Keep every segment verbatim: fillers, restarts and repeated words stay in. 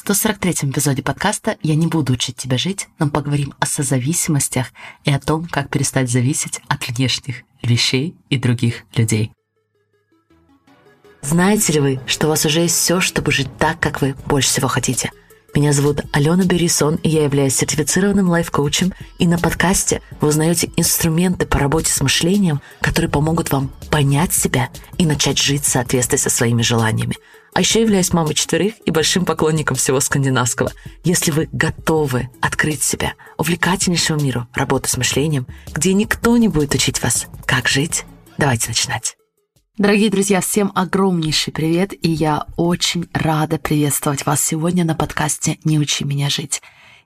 сто сорок третьем эпизоде подкаста «Я не буду учить тебя жить», но поговорим о созависимостях и о том, как перестать зависеть от внешних вещей и других людей. Знаете ли вы, что у вас уже есть все, чтобы жить так, как вы больше всего хотите? Меня зовут Алена Берисон, и я являюсь сертифицированным лайф-коучем, и на подкасте вы узнаете инструменты по работе с мышлением, которые помогут вам понять себя и начать жить в соответствии со своими желаниями. А еще являюсь мамой четверых и большим поклонником всего скандинавского. Если вы готовы открыть себя увлекательнейшему миру работы с мышлением, где никто не будет учить вас, как жить, давайте начинать. Дорогие друзья, всем огромнейший привет, и я очень рада приветствовать вас сегодня на подкасте «Не учи меня жить».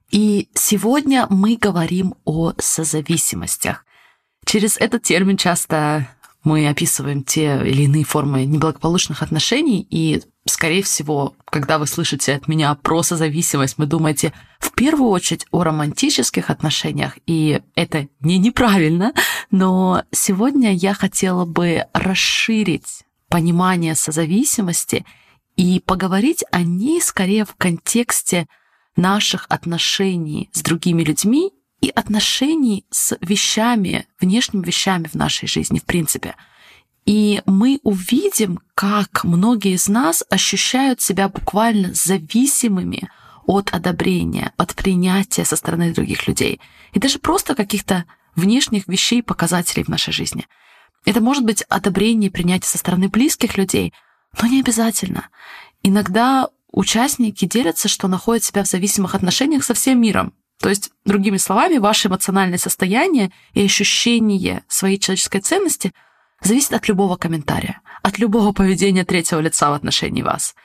И сегодня мы говорим о созависимостях. Через этот термин часто мы описываем те или иные формы неблагополучных отношений, и, скорее всего, когда вы слышите от меня про созависимость, вы думаете в первую очередь о романтических отношениях, и это не неправильно, но сегодня я хотела бы расширить понимание созависимости и поговорить о ней скорее в контексте наших отношений с другими людьми и отношений с вещами, внешними вещами в нашей жизни, в принципе. И мы увидим, как многие из нас ощущают себя буквально зависимыми от одобрения, от принятия со стороны других людей. И даже просто каких-то внешних вещей, показателей в нашей жизни. Это может быть одобрение и принятие со стороны близких людей, но не обязательно. Иногда участники делятся, что находят себя в зависимых отношениях со всем миром. То есть, другими словами, ваше эмоциональное состояние и ощущение своей человеческой ценности зависит от любого комментария, от любого поведения третьего лица в отношении вас.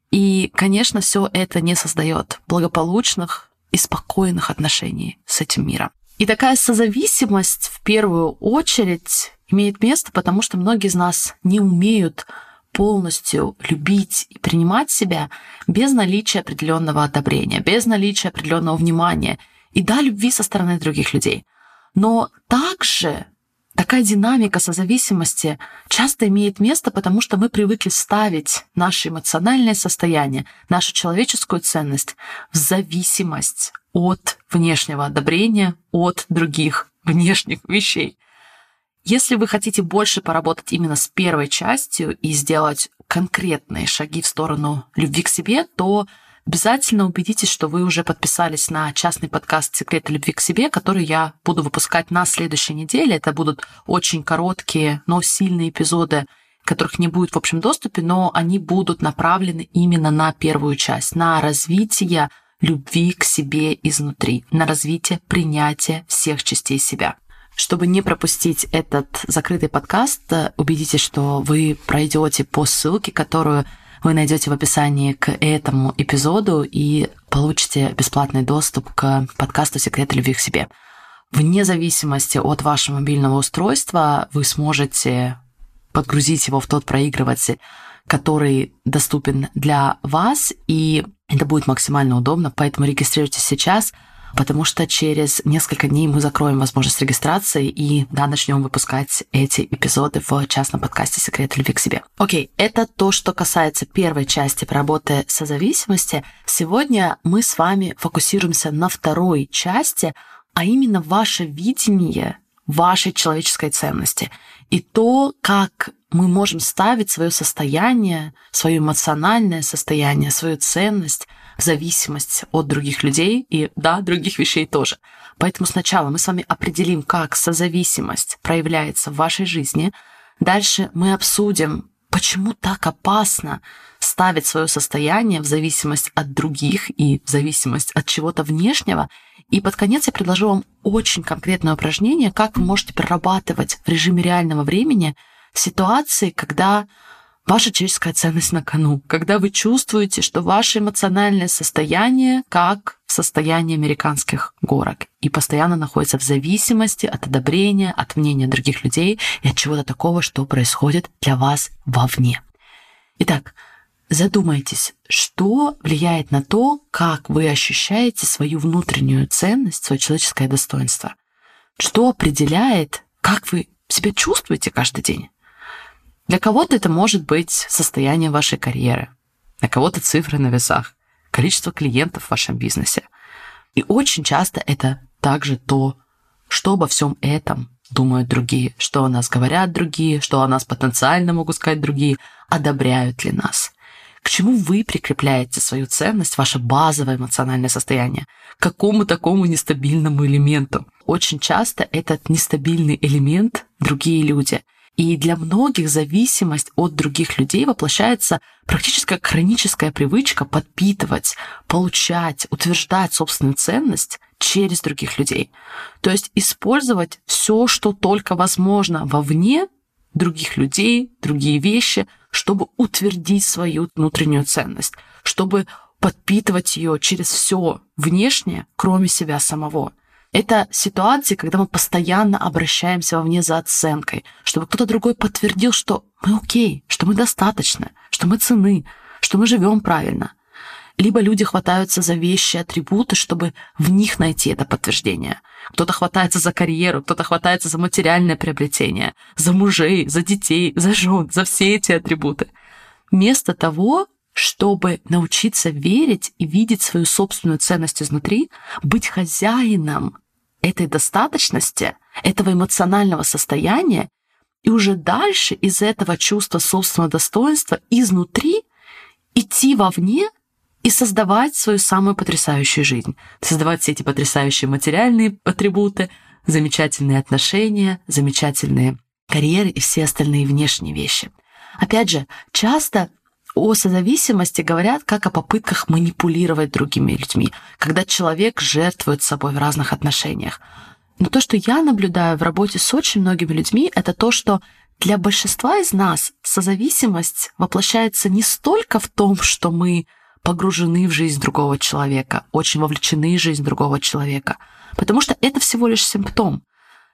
И, конечно, все это не создает благополучных и спокойных отношений с этим миром. И такая созависимость в первую очередь имеет место, потому что многие из нас не умеют полностью любить и принимать себя без наличия определенного одобрения, без наличия определенного внимания и, да, любви со стороны других людей. Но также такая динамика созависимости часто имеет место, потому что мы привыкли ставить наше эмоциональное состояние, нашу человеческую ценность в зависимость от внешнего одобрения, от других внешних вещей. Если вы хотите больше поработать именно с первой частью и сделать конкретные шаги в сторону любви к себе, то обязательно убедитесь, что вы уже подписались на частный подкаст «Секреты любви к себе», который я буду выпускать на следующей неделе. Это будут очень короткие, но сильные эпизоды, которых не будет в общем доступе, но они будут направлены именно на первую часть, на развитие любви к себе изнутри, на развитие принятия всех частей себя. Чтобы не пропустить этот закрытый подкаст, убедитесь, что вы пройдете по ссылке, которую вы найдете в описании к этому эпизоду, и получите бесплатный доступ к подкасту «Секреты любви к себе». Вне зависимости от вашего мобильного устройства вы сможете подгрузить его в тот проигрыватель, который доступен для вас, и это будет максимально удобно, поэтому регистрируйтесь сейчас, потому что через несколько дней мы закроем возможность регистрации и, да, начнем выпускать эти эпизоды в частном подкасте «Секреты любви к себе». Окей, это то, что касается первой части работы с созависимостью. Сегодня мы с вами фокусируемся на второй части, а именно ваше видение вашей человеческой ценности и то, как мы можем ставить свое состояние, свое эмоциональное состояние, свою ценность в зависимость от других людей и, да, других вещей тоже. Поэтому сначала мы с вами определим, как созависимость проявляется в вашей жизни. Дальше мы обсудим, почему так опасно ставить свое состояние в зависимость от других и в зависимость от чего-то внешнего. И под конец я предложу вам очень конкретное упражнение, как вы можете прорабатывать в режиме реального времени ситуации, когда ваша человеческая ценность на кону, когда вы чувствуете, что ваше эмоциональное состояние как состояние американских горок и постоянно находится в зависимости от одобрения, от мнения других людей и от чего-то такого, что происходит для вас вовне. Итак, задумайтесь, что влияет на то, как вы ощущаете свою внутреннюю ценность, свое человеческое достоинство. Что определяет, как вы себя чувствуете каждый день. Для кого-то это может быть состояние вашей карьеры, для кого-то цифры на весах, количество клиентов в вашем бизнесе. И очень часто это также то, что обо всем этом думают другие, что о нас говорят другие, что о нас потенциально могут сказать другие, одобряют ли нас. К чему вы прикрепляете свою ценность, ваше базовое эмоциональное состояние? К какому такому нестабильному элементу? Очень часто этот нестабильный элемент – другие люди. И для многих зависимость от других людей воплощается практически как хроническая привычка подпитывать, получать, утверждать собственную ценность через других людей. То есть использовать все, что только возможно вовне, других людей, другие вещи, чтобы утвердить свою внутреннюю ценность, чтобы подпитывать ее через все внешнее, кроме себя самого. Это ситуации, когда мы постоянно обращаемся вовне за оценкой, чтобы кто-то другой подтвердил, что мы окей, что мы достаточны, что мы ценны, что мы живем правильно. Либо люди хватаются за вещи, атрибуты, чтобы в них найти это подтверждение. Кто-то хватается за карьеру, кто-то хватается за материальное приобретение, за мужей, за детей, за жен, за все эти атрибуты. Вместо того, чтобы научиться верить и видеть свою собственную ценность изнутри, быть хозяином этой достаточности, этого эмоционального состояния, и уже дальше из этого чувства собственного достоинства изнутри идти вовне и создавать свою самую потрясающую жизнь, создавать все эти потрясающие материальные атрибуты, замечательные отношения, замечательные карьеры и все остальные внешние вещи. Опять же, часто о созависимости говорят как о попытках манипулировать другими людьми, когда человек жертвует собой в разных отношениях. Но то, что я наблюдаю в работе с очень многими людьми, это то, что для большинства из нас созависимость воплощается не столько в том, что мы погружены в жизнь другого человека, очень вовлечены в жизнь другого человека, потому что это всего лишь симптом.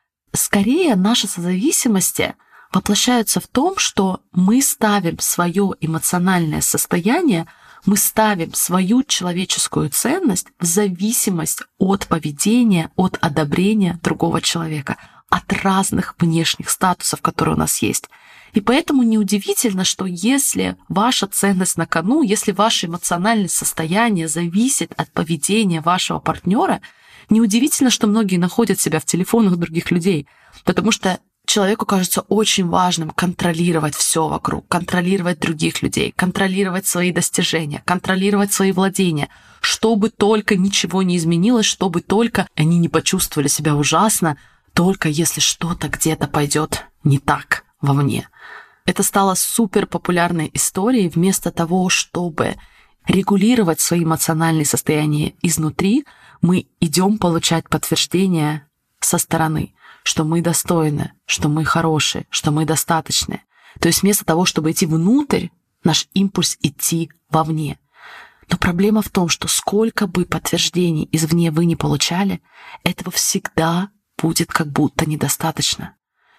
Скорее, наши созависимости воплощаются в том, что мы ставим свое эмоциональное состояние, мы ставим свою человеческую ценность в зависимость от поведения, от одобрения другого человека, от разных внешних статусов, которые у нас есть. И поэтому неудивительно, что если ваша ценность на кону, если ваше эмоциональное состояние зависит от поведения вашего партнера, неудивительно, что многие находят себя в телефонах других людей, потому что человеку кажется очень важным контролировать все вокруг, контролировать других людей, контролировать свои достижения, контролировать свои владения, чтобы только ничего не изменилось, чтобы только они не почувствовали себя ужасно, только если что-то где-то пойдет не так вовне. Это стало супер популярной историей. Вместо того, чтобы регулировать свои эмоциональные состояния изнутри, мы идем получать подтверждение со стороны, что мы достойны, что мы хорошие, что мы достаточны. То есть вместо того, чтобы идти внутрь, наш импульс идти вовне. Но проблема в том, что сколько бы подтверждений извне вы не получали, этого всегда будет как будто недостаточно.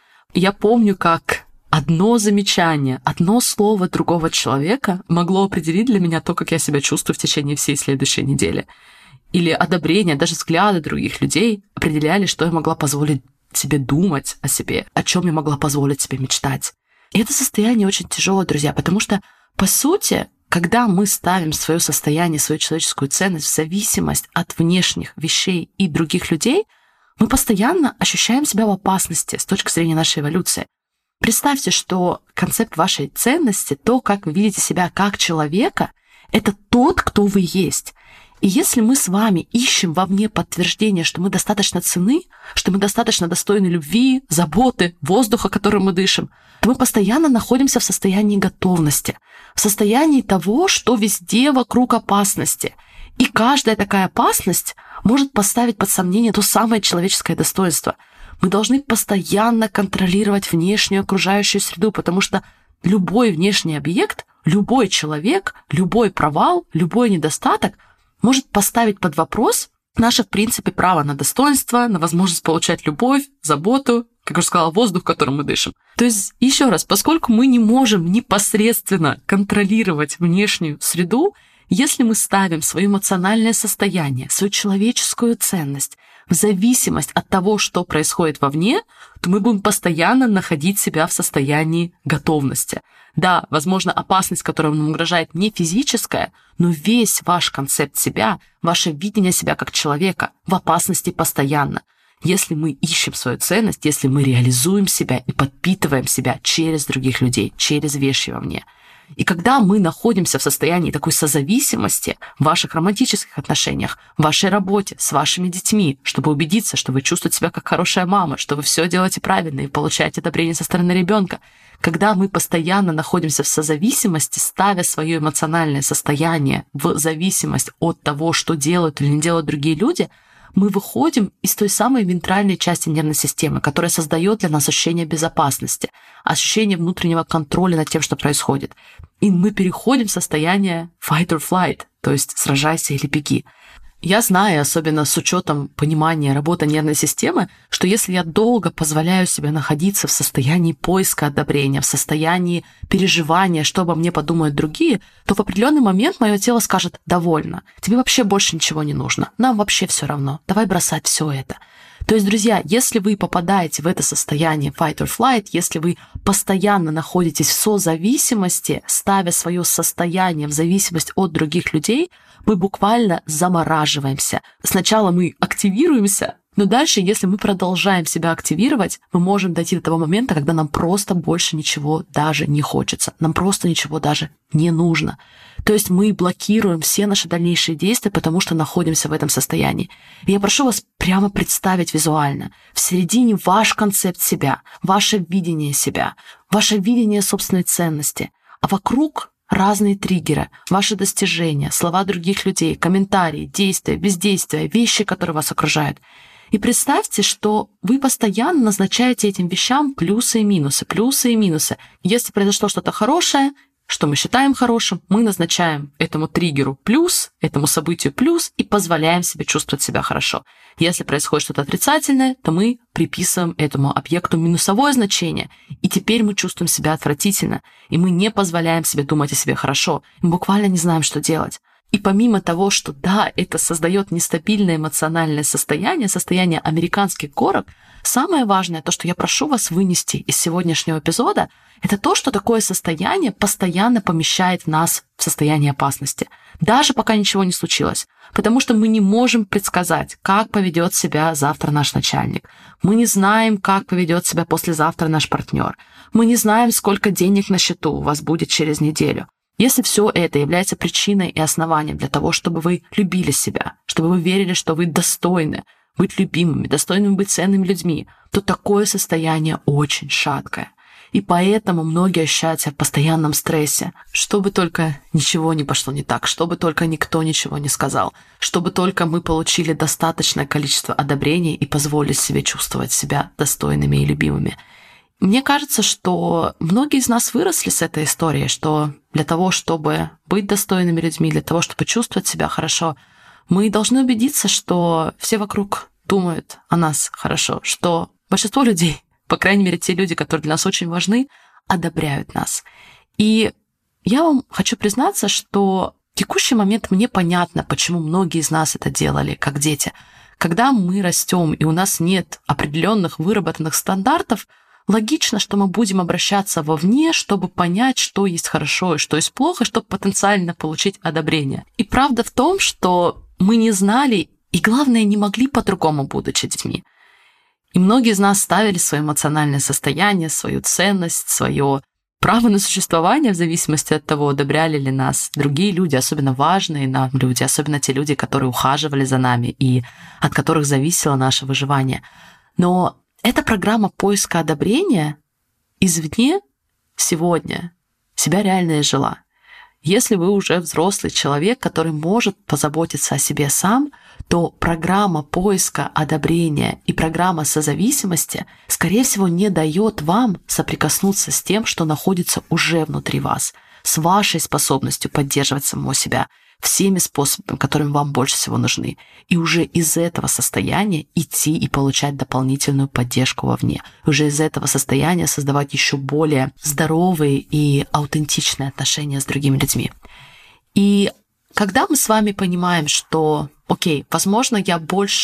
Я помню, как одно замечание, одно слово другого человека могло определить для меня то, как я себя чувствую в течение всей следующей недели. Или одобрение, даже взгляды других людей определяли, что я могла позволить себе думать о себе, о чем я могла позволить себе мечтать. И это состояние очень тяжелое, друзья, потому что, по сути, когда мы ставим свое состояние, свою человеческую ценность в зависимость от внешних вещей и других людей, мы постоянно ощущаем себя в опасности с точки зрения нашей эволюции. Представьте, что концепт вашей ценности, то, как вы видите себя как человека, это тот, кто вы есть. И если мы с вами ищем вовне подтверждение, что мы достаточно ценны, что мы достаточно достойны любви, заботы, воздуха, которым мы дышим, то мы постоянно находимся в состоянии готовности, в состоянии того, что везде вокруг опасности. И каждая такая опасность может поставить под сомнение то самое человеческое достоинство. Мы должны постоянно контролировать внешнюю окружающую среду, потому что любой внешний объект, любой человек, любой провал, любой недостаток может поставить под вопрос наше, в принципе, право на достоинство, на возможность получать любовь, заботу, как я уже сказала, воздух, которым мы дышим. То есть, еще раз, поскольку мы не можем непосредственно контролировать внешнюю среду, если мы ставим свое эмоциональное состояние, свою человеческую ценность в зависимость от того, что происходит вовне, то мы будем постоянно находить себя в состоянии готовности. Да, возможно, опасность, которая нам угрожает, не физическая, но весь ваш концепт себя, ваше видение себя как человека в опасности постоянно. Если мы ищем свою ценность, если мы реализуем себя и подпитываем себя через других людей, через вещи вовне. И когда мы находимся в состоянии такой созависимости в ваших романтических отношениях, в вашей работе, с вашими детьми, чтобы убедиться, что вы чувствуете себя как хорошая мама, что вы все делаете правильно и получаете одобрение со стороны ребенка, когда мы постоянно находимся в созависимости, ставя свое эмоциональное состояние в зависимость от того, что делают или не делают другие люди, мы выходим из той самой вентральной части нервной системы, которая создает для нас ощущение безопасности, ощущение внутреннего контроля над тем, что происходит. И мы переходим в состояние fight or flight, то есть сражайся или беги. Я знаю, особенно с учетом понимания работы нервной системы, что если я долго позволяю себе находиться в состоянии поиска одобрения, в состоянии переживания, что обо мне подумают другие, то в определенный момент мое тело скажет: «Довольно, тебе вообще больше ничего не нужно, нам вообще все равно, давай бросать все это». То есть, друзья, если вы попадаете в это состояние fight or flight, если вы постоянно находитесь в созависимости, ставя свое состояние в зависимость от других людей, мы буквально замораживаемся. Сначала мы активируемся, но дальше, если мы продолжаем себя активировать, мы можем дойти до того момента, когда нам просто больше ничего даже не хочется, нам просто ничего даже не нужно. То есть мы блокируем все наши дальнейшие действия, потому что находимся в этом состоянии. И я прошу вас прямо представить визуально. В середине ваш концепт себя, ваше видение себя, ваше видение собственной ценности, а вокруг разные триггеры, ваши достижения, слова других людей, комментарии, действия, бездействия, вещи, которые вас окружают. И представьте, что вы постоянно назначаете этим вещам плюсы и минусы, плюсы и минусы. Если произошло что-то хорошее, что мы считаем хорошим, мы назначаем этому триггеру плюс, этому событию плюс и позволяем себе чувствовать себя хорошо. Если происходит что-то отрицательное, то мы приписываем этому объекту минусовое значение, и теперь мы чувствуем себя отвратительно, и мы не позволяем себе думать о себе хорошо, мы буквально не знаем, что делать. И помимо того, что да, это создает нестабильное эмоциональное состояние, состояние американских горок, самое важное, то, что я прошу вас вынести из сегодняшнего эпизода, это то, что такое состояние постоянно помещает нас в состояние опасности, даже пока ничего не случилось. Потому что мы не можем предсказать, как поведет себя завтра наш начальник. Мы не знаем, как поведет себя послезавтра наш партнер. Мы не знаем, сколько денег на счету у вас будет через неделю. Если все это является причиной и основанием для того, чтобы вы любили себя, чтобы вы верили, что вы достойны быть любимыми, достойными быть ценными людьми, то такое состояние очень шаткое. И поэтому многие ощущают себя в постоянном стрессе, чтобы только ничего не пошло не так, чтобы только никто ничего не сказал, чтобы только мы получили достаточное количество одобрения и позволили себе чувствовать себя достойными и любимыми. Мне кажется, что многие из нас выросли с этой историей, что для того, чтобы быть достойными людьми, для того, чтобы чувствовать себя хорошо, мы должны убедиться, что все вокруг думают о нас хорошо, что большинство людей, по крайней мере, те люди, которые для нас очень важны, одобряют нас. И я вам хочу признаться, что в текущий момент мне понятно, почему многие из нас это делали, как дети. Когда мы растем и у нас нет определенных выработанных стандартов, логично, что мы будем обращаться вовне, чтобы понять, что есть хорошо и что есть плохо, чтобы потенциально получить одобрение. И правда в том, что мы не знали и, главное, не могли по-другому, будучи детьми. И многие из нас ставили свое эмоциональное состояние, свою ценность, свое право на существование в зависимости от того, одобряли ли нас другие люди, особенно важные нам люди, особенно те люди, которые ухаживали за нами и от которых зависело наше выживание. Но эта программа поиска одобрения извне сегодня себя реально изжила. Если вы уже взрослый человек, который может позаботиться о себе сам, то программа поиска одобрения и программа созависимости, скорее всего, не дает вам соприкоснуться с тем, что находится уже внутри вас, с вашей способностью поддерживать самого себя, всеми способами, которыми вам больше всего нужны, и уже из этого состояния идти и получать дополнительную поддержку вовне, уже из этого состояния создавать еще более здоровые и аутентичные отношения с другими людьми. И когда мы с вами понимаем, что, окей, возможно, я больше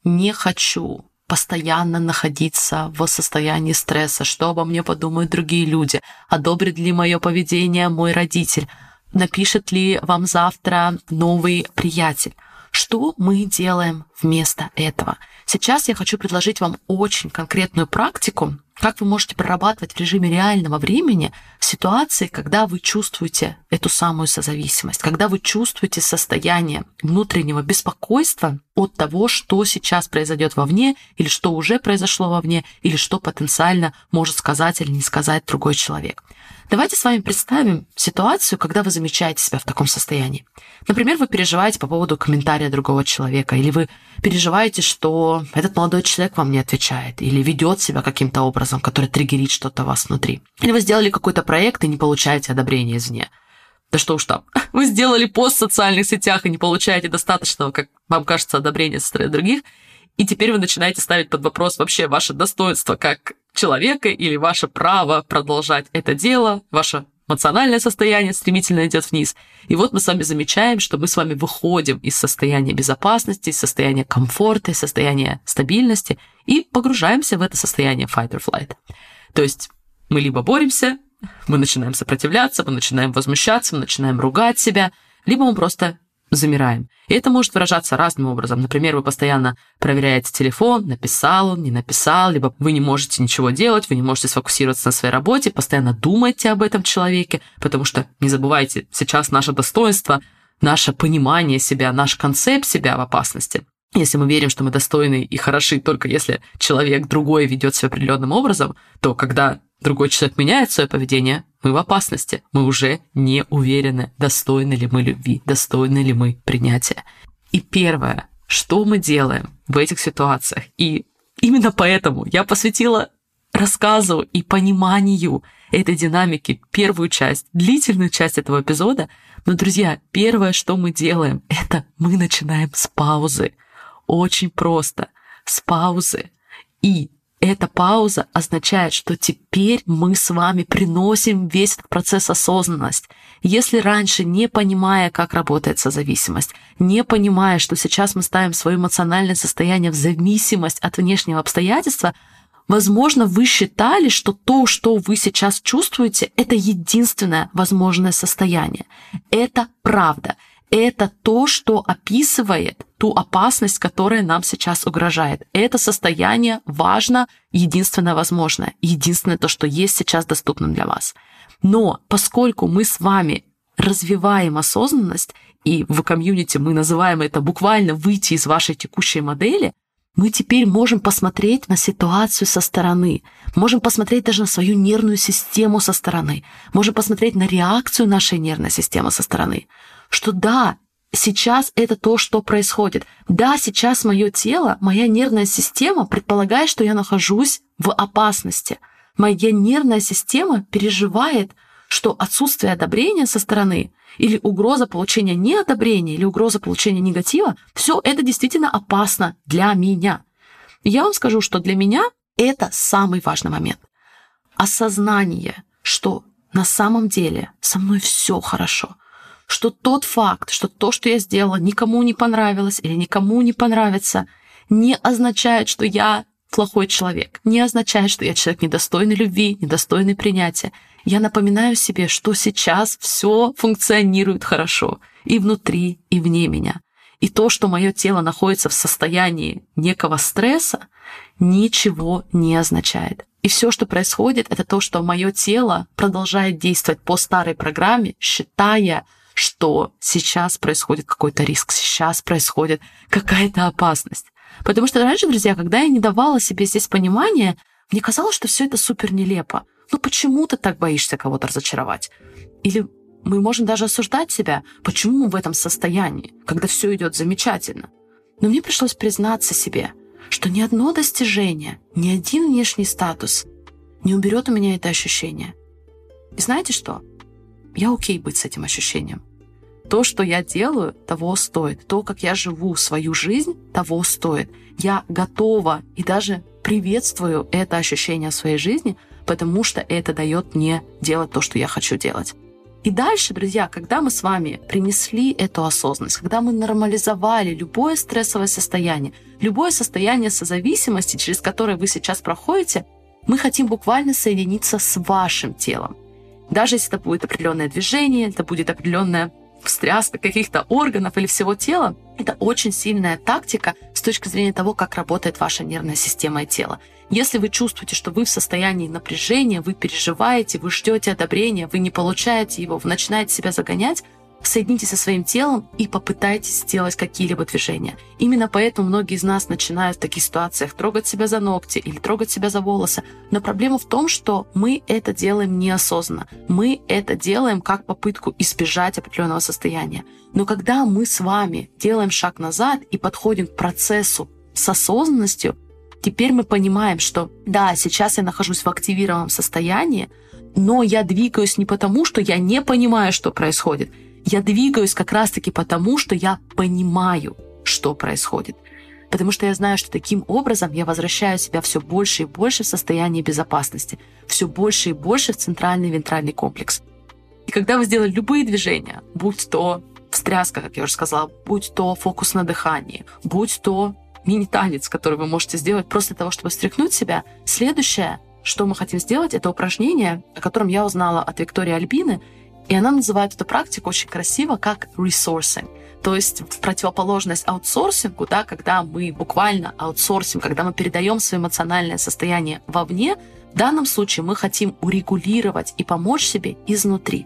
не хочу постоянно находиться в состоянии стресса, что обо мне подумают другие люди, одобрит ли мое поведение мой родитель, напишет ли вам завтра новый приятель. Что мы делаем вместо этого? Сейчас я хочу предложить вам очень конкретную практику, как вы можете прорабатывать в режиме реального времени ситуации, когда вы чувствуете эту самую созависимость, когда вы чувствуете состояние внутреннего беспокойства от того, что сейчас произойдет вовне, или что уже произошло вовне, или что потенциально может сказать или не сказать другой человек. Давайте с вами представим ситуацию, когда вы замечаете себя в таком состоянии. Например, вы переживаете по поводу комментария другого человека, или вы переживаете, что этот молодой человек вам не отвечает, или ведет себя каким-то образом, который триггерит что-то у вас внутри. Или вы сделали какой-то проект и не получаете одобрения извне. Да что уж там, вы сделали пост в социальных сетях и не получаете достаточного, как вам кажется, одобрения со стороны других, и теперь вы начинаете ставить под вопрос вообще ваше достоинство как человека или ваше право продолжать это дело, ваше эмоциональное состояние стремительно идет вниз. И вот мы с вами замечаем, что мы с вами выходим из состояния безопасности, из состояния комфорта, из состояния стабильности и погружаемся в это состояние fight or flight. То есть мы либо боремся, мы начинаем сопротивляться, мы начинаем возмущаться, мы начинаем ругать себя, либо мы просто замираем. И это может выражаться разным образом. Например, вы постоянно проверяете телефон, написал он, не написал, либо вы не можете ничего делать, вы не можете сфокусироваться на своей работе, постоянно думаете об этом человеке, потому что, не забывайте, сейчас наше достоинство, наше понимание себя, наш концепт себя в опасности. Если мы верим, что мы достойны и хороши только если человек другой ведет себя определенным образом, то когда другой человек меняет свое поведение, мы в опасности. Мы уже не уверены, достойны ли мы любви, достойны ли мы принятия. И первое, что мы делаем в этих ситуациях, и именно поэтому я посвятила рассказу и пониманию этой динамики первую часть, длительную часть этого эпизода. Но, друзья, первое, что мы делаем, это мы начинаем с паузы. Очень просто. С паузы. И эта пауза означает, что теперь мы с вами приносим весь этот процесс осознанность. Если раньше, не понимая, как работает созависимость, не понимая, что сейчас мы ставим свое эмоциональное состояние в зависимость от внешнего обстоятельства, возможно, вы считали, что то, что вы сейчас чувствуете, это единственное возможное состояние. Это правда. Это то, что описывает ту опасность, которая нам сейчас угрожает. Это состояние важно, единственное возможное, единственное то, что есть сейчас доступным для вас. Но поскольку мы с вами развиваем осознанность, и в комьюнити мы называем это буквально выйти из вашей текущей модели, мы теперь можем посмотреть на ситуацию со стороны, можем посмотреть даже на свою нервную систему со стороны, можем посмотреть на реакцию нашей нервной системы со стороны, что да, сейчас это то, что происходит. Да, сейчас мое тело, моя нервная система предполагает, что я нахожусь в опасности. Моя нервная система переживает, что отсутствие одобрения со стороны или угроза получения неодобрения, или угроза получения негатива, все это действительно опасно для меня. И я вам скажу, что для меня это самый важный момент. Осознание, что на самом деле со мной все хорошо, что тот факт, что то, что я сделала, никому не понравилось или никому не понравится, не означает, что я плохой человек, не означает, что я человек недостойный любви, недостойный принятия. Я напоминаю себе, что сейчас все функционирует хорошо и внутри, и вне меня. И то, что мое тело находится в состоянии некого стресса, ничего не означает. И все, что происходит, это то, что мое тело продолжает действовать по старой программе, считая, что сейчас происходит какой-то риск, сейчас происходит какая-то опасность. Потому что раньше, друзья, когда я не давала себе здесь понимания, мне казалось, что все это супер нелепо. Ну почему ты так боишься кого-то разочаровать? Или мы можем даже осуждать себя, почему мы в этом состоянии, когда все идет замечательно. Но мне пришлось признаться себе, что ни одно достижение, ни один внешний статус не уберет у меня это ощущение. И знаете что? Я окей быть с этим ощущением. То, что я делаю, того стоит. То, как я живу свою жизнь, того стоит. Я готова и даже приветствую это ощущение в своей жизни, потому что это дает мне делать то, что я хочу делать. И дальше, друзья, когда мы с вами принесли эту осознанность, когда мы нормализовали любое стрессовое состояние, любое состояние созависимости, через которое вы сейчас проходите, мы хотим буквально соединиться с вашим телом. Даже если это будет определенное движение, это будет определенная встряска каких-то органов или всего тела, это очень сильная тактика с точки зрения того, как работает ваша нервная система и тело. Если вы чувствуете, что вы в состоянии напряжения, вы переживаете, вы ждете одобрения, вы не получаете его, вы начинаете себя загонять, соединитесь со своим телом и попытайтесь сделать какие-либо движения. Именно поэтому многие из нас начинают в таких ситуациях трогать себя за ногти или трогать себя за волосы. Но проблема в том, что мы это делаем неосознанно. Мы это делаем как попытку избежать определенного состояния. Но когда мы с вами делаем шаг назад и подходим к процессу с осознанностью, теперь мы понимаем, что да, сейчас я нахожусь в активированном состоянии, но я двигаюсь не потому, что я не понимаю, что происходит. Я двигаюсь как раз-таки потому, что я понимаю, что происходит. Потому что я знаю, что таким образом я возвращаю себя все больше и больше в состояние безопасности, все больше и больше в центральный вентральный комплекс. И когда вы сделали любые движения, будь то встряска, как я уже сказала, будь то фокус на дыхании, будь то мини-танец, который вы можете сделать просто для того, чтобы встряхнуть себя, следующее, что мы хотим сделать, это упражнение, о котором я узнала от Виктории Альбины, и она называет эту практику очень красиво как resourcing. То есть в противоположность аутсорсингу, да, когда мы буквально аутсорсим, когда мы передаем свое эмоциональное состояние вовне, в данном случае мы хотим урегулировать и помочь себе изнутри.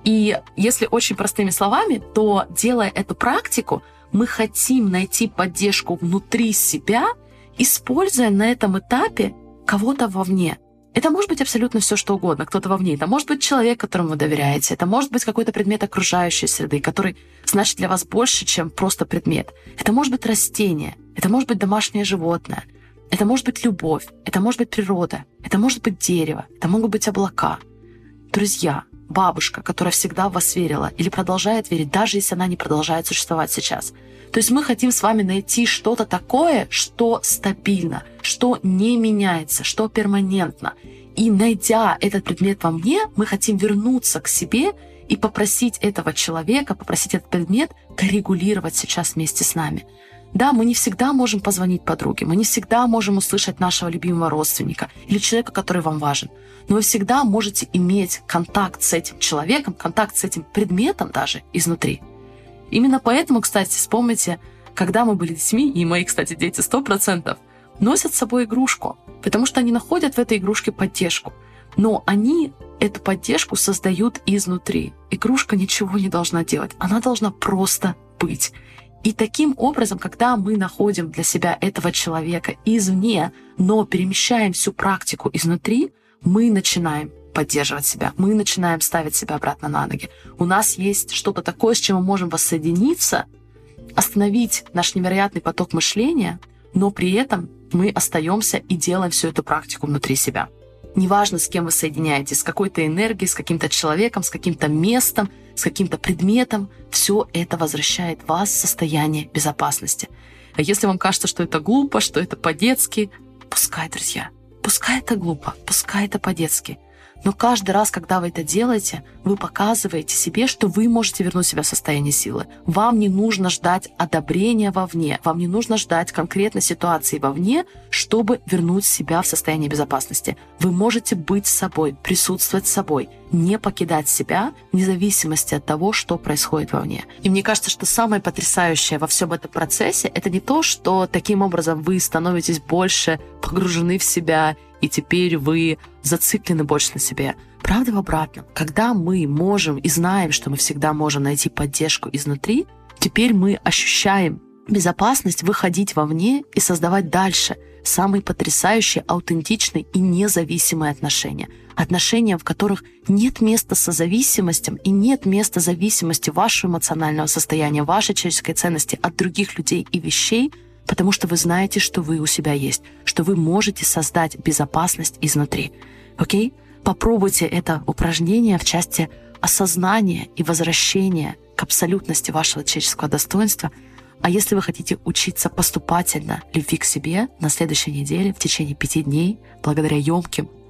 И если очень простыми словами, то, делая эту практику, мы хотим найти поддержку внутри себя, используя на этом этапе кого-то вовне. Это может быть абсолютно все, что угодно, кто-то вовне. Это может быть человек, которому вы доверяете. Это может быть какой-то предмет окружающей среды, который значит для вас больше, чем просто предмет. Это может быть растение, это может быть домашнее животное, это может быть любовь, это может быть природа, это может быть дерево, это могут быть облака. Друзья, бабушка, которая всегда в вас верила или продолжает верить, даже если она не продолжает существовать сейчас. То есть мы хотим с вами найти что-то такое, что стабильно, что не меняется, что перманентно. И найдя этот предмет во мне, мы хотим вернуться к себе и попросить этого человека, попросить этот предмет коррегулировать сейчас вместе с нами. Да, мы не всегда можем позвонить подруге, мы не всегда можем услышать нашего любимого родственника или человека, который вам важен. Но вы всегда можете иметь контакт с этим человеком, контакт с этим предметом даже изнутри. Именно поэтому, кстати, вспомните, когда мы были детьми, и мои, кстати, дети сто процентов, носят с собой игрушку, потому что они находят в этой игрушке поддержку. Но они эту поддержку создают изнутри. Игрушка ничего не должна делать, она должна просто быть. И таким образом, когда мы находим для себя этого человека извне, но перемещаем всю практику изнутри, мы начинаем поддерживать себя, мы начинаем ставить себя обратно на ноги. У нас есть что-то такое, с чем мы можем воссоединиться, остановить наш невероятный поток мышления, но при этом мы остаемся и делаем всю эту практику внутри себя. Неважно, с кем вы соединяетесь, с какой-то энергией, с каким-то человеком, с каким-то местом, с каким-то предметом, все это возвращает вас в состояние безопасности. А если вам кажется, что это глупо, что это по-детски, пускай, друзья, пускай это глупо, пускай это по-детски. Но каждый раз, когда вы это делаете, вы показываете себе, что вы можете вернуть себя в состояние силы. Вам не нужно ждать одобрения вовне, вам не нужно ждать конкретной ситуации вовне, чтобы вернуть себя в состояние безопасности. Вы можете быть собой, присутствовать с собой, не покидать себя вне зависимости от того, что происходит вовне. И мне кажется, что самое потрясающее во всем этом процессе — это не то, что таким образом вы становитесь больше погружены в себя, и теперь вы зациклены больше на себе. Правда в обратном. Когда мы можем и знаем, что мы всегда можем найти поддержку изнутри, теперь мы ощущаем безопасность выходить вовне и создавать дальше самые потрясающие, аутентичные и независимые отношения. Отношения, в которых нет места созависимостям и нет места зависимости вашего эмоционального состояния, вашей человеческой ценности от других людей и вещей, потому что вы знаете, что вы у себя есть, что вы можете создать безопасность изнутри. Окей? Попробуйте это упражнение в части осознания и возвращения к абсолютности вашего человеческого достоинства. А если вы хотите учиться поступательно любви к себе, на следующей неделе, в течение пяти дней, благодаря емким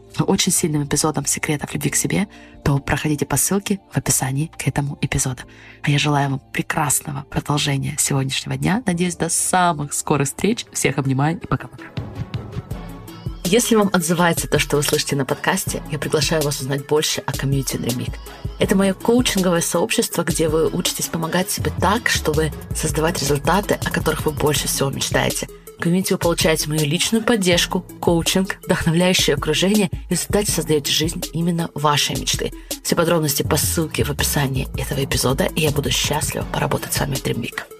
очень сильным эпизодом секретов любви к себе, то проходите по ссылке в описании к этому эпизоду. А я желаю вам прекрасного продолжения сегодняшнего дня. Надеюсь, до самых скорых встреч. Всех обнимаю и пока-пока. Если вам отзывается то, что вы слышите на подкасте, я приглашаю вас узнать больше о комьюнити Dream Big. Это мое коучинговое сообщество, где вы учитесь помогать себе так, чтобы создавать результаты, о которых вы больше всего мечтаете. В комьюнити вы получаете мою личную поддержку, коучинг, вдохновляющее окружение и в результате создаете жизнь именно вашей мечты. Все подробности по ссылке в описании этого эпизода, и я буду счастлива поработать с вами в Dream Big.